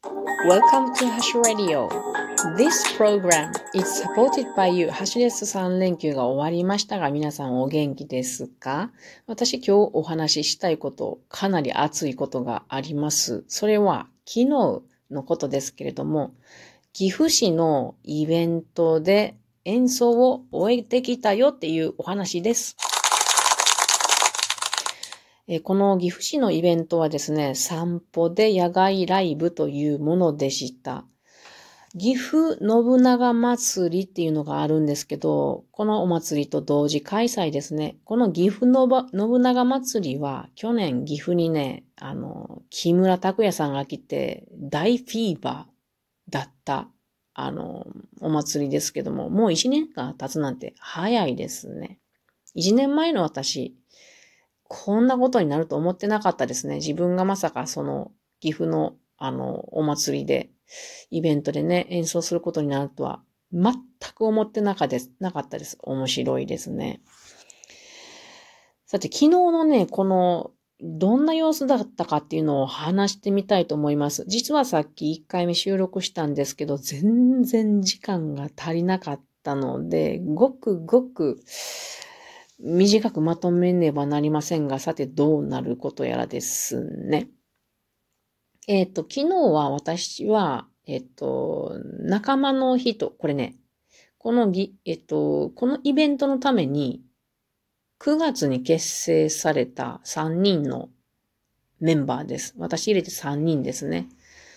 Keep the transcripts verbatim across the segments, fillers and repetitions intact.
Welcome to Hash Radio. This program is supported by you. ハッシュです。さん連休が終わりましたが、皆さんお元気ですか？私今日お話ししたいこと、かなり熱いことがあります。それは昨日のことですけれども、岐阜市のイベントで演奏を終えてきたよっていうお話です。この岐阜市のイベントはですね、散歩で野外ライブというものでした。岐阜信長祭りっていうのがあるんですけど、このお祭りと同時開催ですね。この岐阜の信長祭りは去年岐阜にね、あの、木村拓哉さんが来て大フィーバーだったあの、お祭りですけども、もう一年間経つなんて早いですね。一年前の私、こんなことになると思ってなかったですね。自分がまさかその岐阜のあのお祭りでイベントでね演奏することになるとは全く思ってなかったです。なかったです。面白いですね。さて昨日のねこのどんな様子だったかっていうのを話してみたいと思います。実はさっきいっかいめ収録したんですけど全然時間が足りなかったのでごくごく短くまとめねばなりませんが、さてどうなることやらですね。えっと、昨日は私は、えっと、仲間の人、これね、このぎ、えっと、このイベントのために、くがつに結成されたさんにんのメンバーです。私入れてさんにんですね。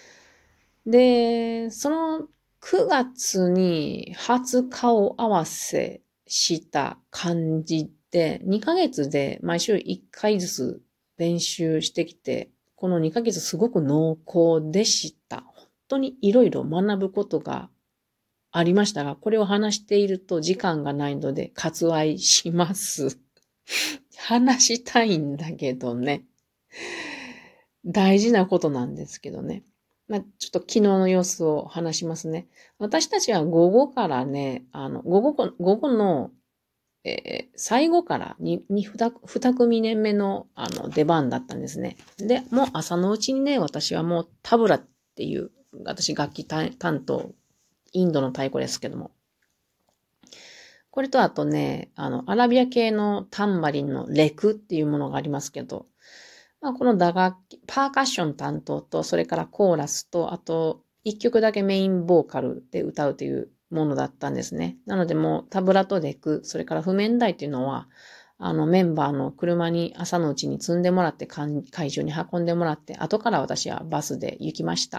で、そのくがつに初顔合わせした感じで、にかげつで毎週いっかいずつ練習してきて、このにかげつすごく濃厚でした。本当にいろいろ学ぶことがありましたが、これを話していると時間がないので割愛します。話したいんだけどね。大事なことなんですけどね。まあ、ちょっと昨日の様子を話しますね。私たちは午後からね、あの、午後、午後の、えー、最後からに、に、二、二組目の、あの、出番だったんですね。で、もう朝のうちにね、私はもうタブラっていう、私楽器担当、インドの太鼓ですけども。これとあとね、あの、アラビア系のタンバリンのレクっていうものがありますけど、まあ、この打楽器、パーカッション担当と、それからコーラスと、あと、一曲だけメインボーカルで歌うというものだったんですね。なのでもうタブラとデク、それから譜面台っていうのは、あのメンバーの車に朝のうちに積んでもらって会場に運んでもらって、後から私はバスで行きました。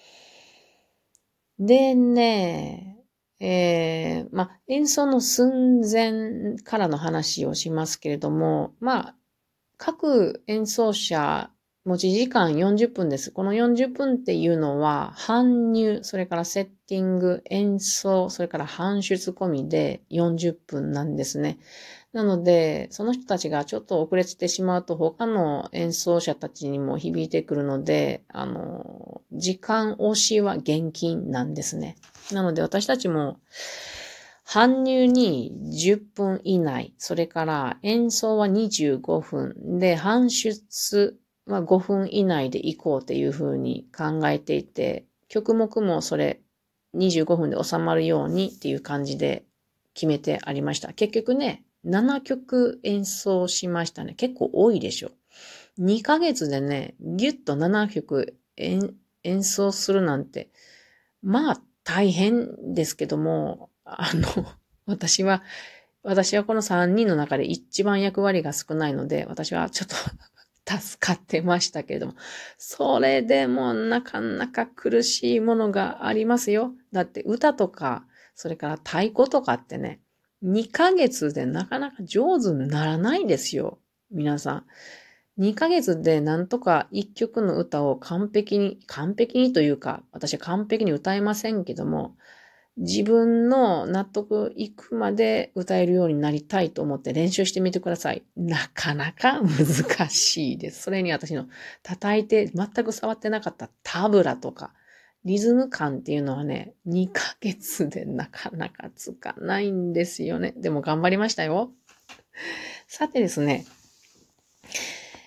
でね、えー、まあ、演奏の寸前からの話をしますけれども、まあ、各演奏者、持ち時間よんじゅっぷんです。このよんじゅっぷんっていうのは、搬入、それからセッティング、演奏、それから搬出込みでよんじゅっぷんなんですね。なので、その人たちがちょっと遅れてしまうと、他の演奏者たちにも響いてくるので、あの、時間押しは厳禁なんですね。なので私たちも、搬入にじゅっぷん以内、それから演奏はにじゅうごふんで、搬出はごふん以内で行こうっていうふうに考えていて、曲目もそれにじゅうごふんで収まるようにっていう感じで決めてありました。結局ね、ななきょく演奏しましたね。結構多いでしょ。にかげつでね、ぎゅっとななきょく演演奏するなんて、まあ大変ですけども、あの、私は、私はこのさんにんの中で一番役割が少ないので、私はちょっと助かってましたけれども、それでもなかなか苦しいものがありますよ。だって歌とか、それから太鼓とかってね、にかげつでなかなか上手にならないですよ。皆さん。にかげつでなんとかいっきょくの歌を完璧に、完璧にというか、私は完璧に歌えませんけども、自分の納得いくまで歌えるようになりたいと思って練習してみてください。なかなか難しいです。それに私の叩いて全く触ってなかったタブラとか、リズム感っていうのはね、にかげつでなかなかつかないんですよね。でも頑張りましたよ。さてですね、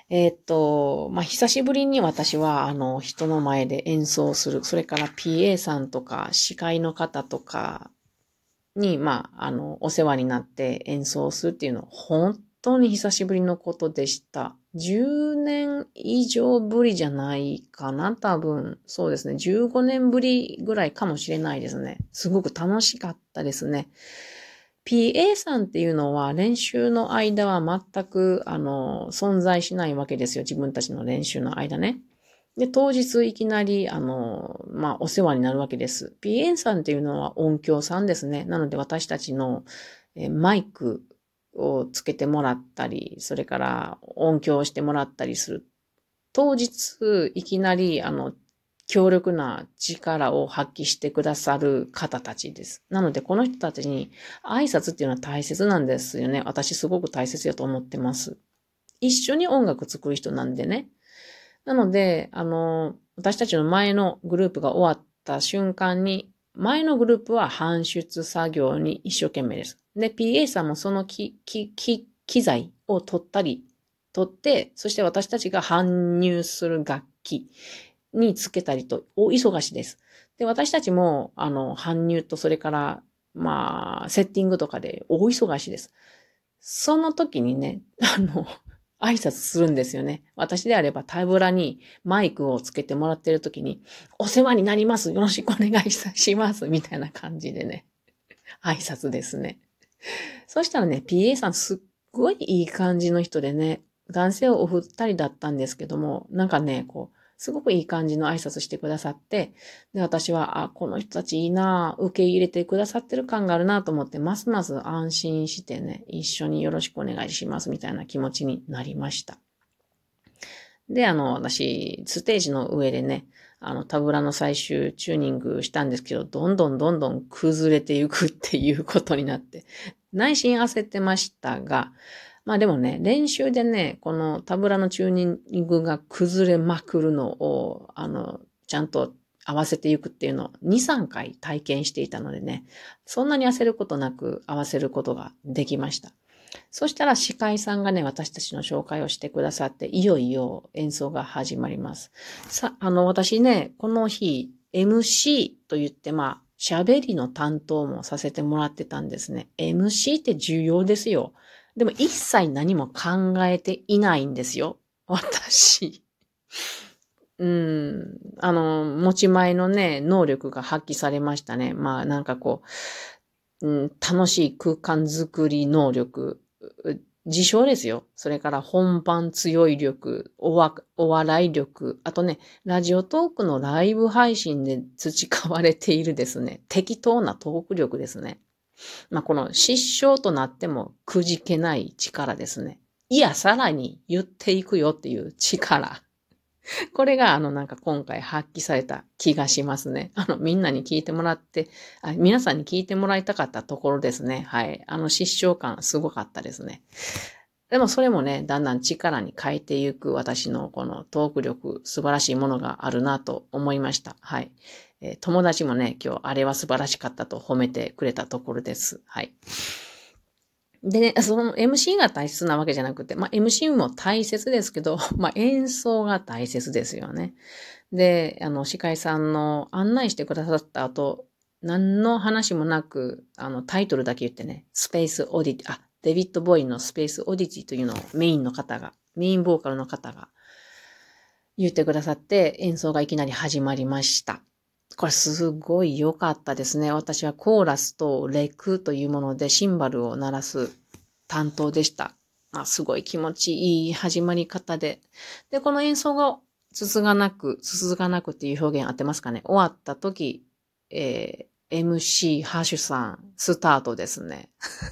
えーっと、まあ、久しぶりに私は、あの、人の前で演奏する。それから ピーエー さんとか、司会の方とかに、まあ、あの、お世話になって演奏するっていうのは、本当に久しぶりのことでした。じゅうねん以上ぶりじゃないかな、多分。そうですね。じゅうごねんぶりぐらいかもしれないですね。すごく楽しかったですね。ピーエー さんっていうのは練習の間は全く、あの、存在しないわけですよ。自分たちの練習の間ね。で、当日いきなり、あの、まあ、お世話になるわけです。ピーエー さんっていうのは音響さんですね。なので私たちのえマイクをつけてもらったり、それから音響をしてもらったりする。当日、いきなり、あの、強力な力を発揮してくださる方たちです。なので、この人たちに挨拶っていうのは大切なんですよね。私すごく大切だと思ってます。一緒に音楽作る人なんでね。なので、あの、私たちの前のグループが終わった瞬間に、前のグループは搬出作業に一生懸命です。で、ピーエー さんもその機機機機材を取ったり、取って、そして私たちが搬入する楽器につけたりと、大忙しです。で、私たちも、あの、搬入と、それから、まあ、セッティングとかで大忙しです。その時にね、あの、挨拶するんですよね。私であればタブラにマイクをつけてもらってる時に、お世話になります。よろしくお願いします。みたいな感じでね、挨拶ですね。そしたらね、ピーエー さんすっごいいい感じの人でね、男性をお二人だったんですけども、なんかね、こう、すごくいい感じの挨拶してくださって、で、私は、あ、この人たちいいなぁ、受け入れてくださってる感があるなと思って、ますます安心してね、一緒によろしくお願いしますみたいな気持ちになりました。で、あの、私、ステージの上でね、あの、タブラの最終チューニングしたんですけど、どんどんどんどん崩れていくっていうことになって、内心焦ってましたが、まあでもね、練習でね、このタブラのチューニングが崩れまくるのを、あの、ちゃんと合わせていくっていうのをに、さんかい体験していたのでね、そんなに焦ることなく合わせることができました。そしたら司会さんがね、私たちの紹介をしてくださって、いよいよ演奏が始まります。さ、あの、私ね、この日、エムシー と言って、まあ、喋りの担当もさせてもらってたんですね。エムシー って重要ですよ。でも一切何も考えていないんですよ。私。うん。あの、持ち前のね、能力が発揮されましたね。まあ、なんかこう、うん、楽しい空間づくり能力、自称ですよ。それから本番強い力、おわ、お笑い力、あとね、ラジオトークのライブ配信で培われているですね、適当なトーク力ですね。まあ、この失笑となってもくじけない力ですね。いや、さらに言っていくよっていう力。これが、あの、なんか今回発揮された気がしますね。あの、みんなに聞いてもらって、あ、皆さんに聞いてもらいたかったところですね。はい。あの、失笑感すごかったですね。でもそれもね、だんだん力に変えていく私のこのトーク力、素晴らしいものがあるなと思いました。はい。えー友達もね、今日あれは素晴らしかったと褒めてくれたところです。はい。でね、その エムシー が大切なわけじゃなくて、まあ エムシー も大切ですけど、まあ演奏が大切ですよね。で、あの、司会さんの案内してくださった後、何の話もなく、あの、タイトルだけ言ってね、スペースオディティ、あ、デビッド・ボーイのスペースオディティというのをメインの方が、メインボーカルの方が言ってくださって演奏がいきなり始まりました。これすごい良かったですね。私はコーラスとレクというものでシンバルを鳴らす担当でした。あ、すごい気持ちいい始まり方で。で、この演奏が続かなく、続かなくっていう表現合ってますかね。終わった時、えー、エムシー ハッシュさん、スタートですね。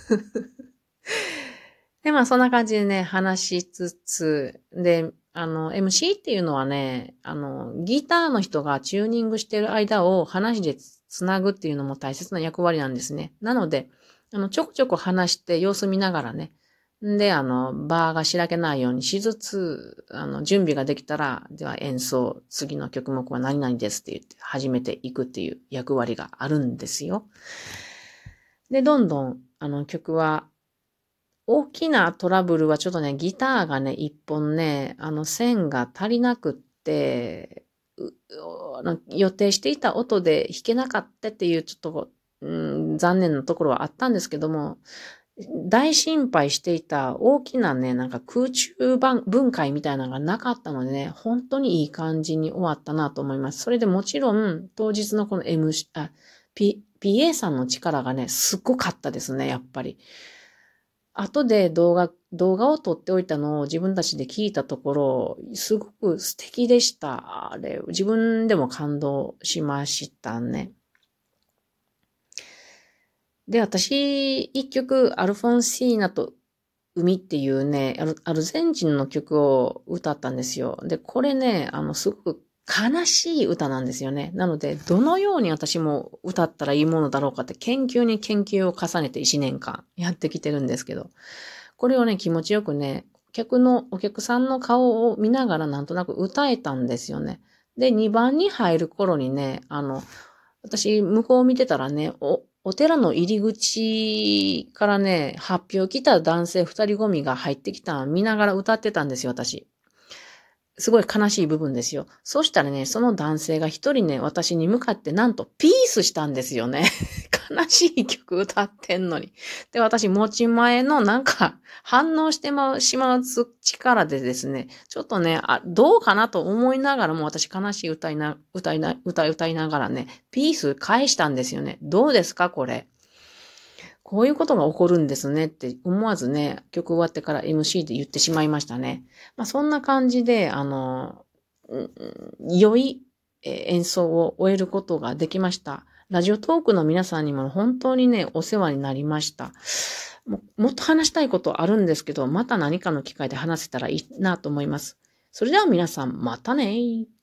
で、まあそんな感じでね、話しつつ、で、あの、エムシー っていうのはね、あの、ギターの人がチューニングしてる間を話でつなぐっていうのも大切な役割なんですね。なので、あの、ちょくちょく話して様子見ながらね、で、あの、場がしらけないようにしつつ、あの、準備ができたら、では演奏、次の曲目は何々ですって言って始めていくっていう役割があるんですよ。で、どんどん、あの、曲は大きなトラブルはちょっとね、ギターがね、一本ね、あの線が足りなくって、うあの予定していた音で弾けなかったっていうちょっと、うん、残念なところはあったんですけども、大心配していた大きなね、なんか空中分分解みたいなのがなかったのでね、本当にいい感じに終わったなと思います。それでもちろん、当日のこの M、あ、P、ピーエー さんの力がね、すっごかったですね、やっぱり。後で動画、動画を撮っておいたのを自分たちで聞いたところ、すごく素敵でした。あれ、自分でも感動しましたね。で、私、一曲、アルフォンシーナと海っていうね、アルアルゼンチンの曲を歌ったんですよ。で、これね、あの、すごく悲しい歌なんですよね。なので、どのように私も歌ったらいいものだろうかって研究に研究を重ねていちねんかんやってきてるんですけど、これをね、気持ちよくね、客の、お客さんの顔を見ながらなんとなく歌えたんですよね。で、にばんに入る頃にね、あの、私、向こう見てたらね、お、お寺の入り口からね、発表来た男性二人組が入ってきたのを見ながら歌ってたんですよ、私。すごい悲しい部分ですよ。そしたらね、その男性が一人ね、私に向かってなんとピースしたんですよね。悲しい曲歌ってんのに。で、私、持ち前のなんか反応してまう、しまう力でですね、ちょっとね、あ、どうかなと思いながらも私悲しい歌いな、歌いな、歌い歌いながらね、ピース返したんですよね。どうですか、これ。こういうことが起こるんですねって思わずね、曲終わってから エムシー で言ってしまいましたね。まあそんな感じで、あの、良い演奏を終えることができました。ラジオトークの皆さんにも本当にね、お世話になりました。も, もっと話したいことあるんですけど、また何かの機会で話せたらいいなと思います。それでは皆さん、またね。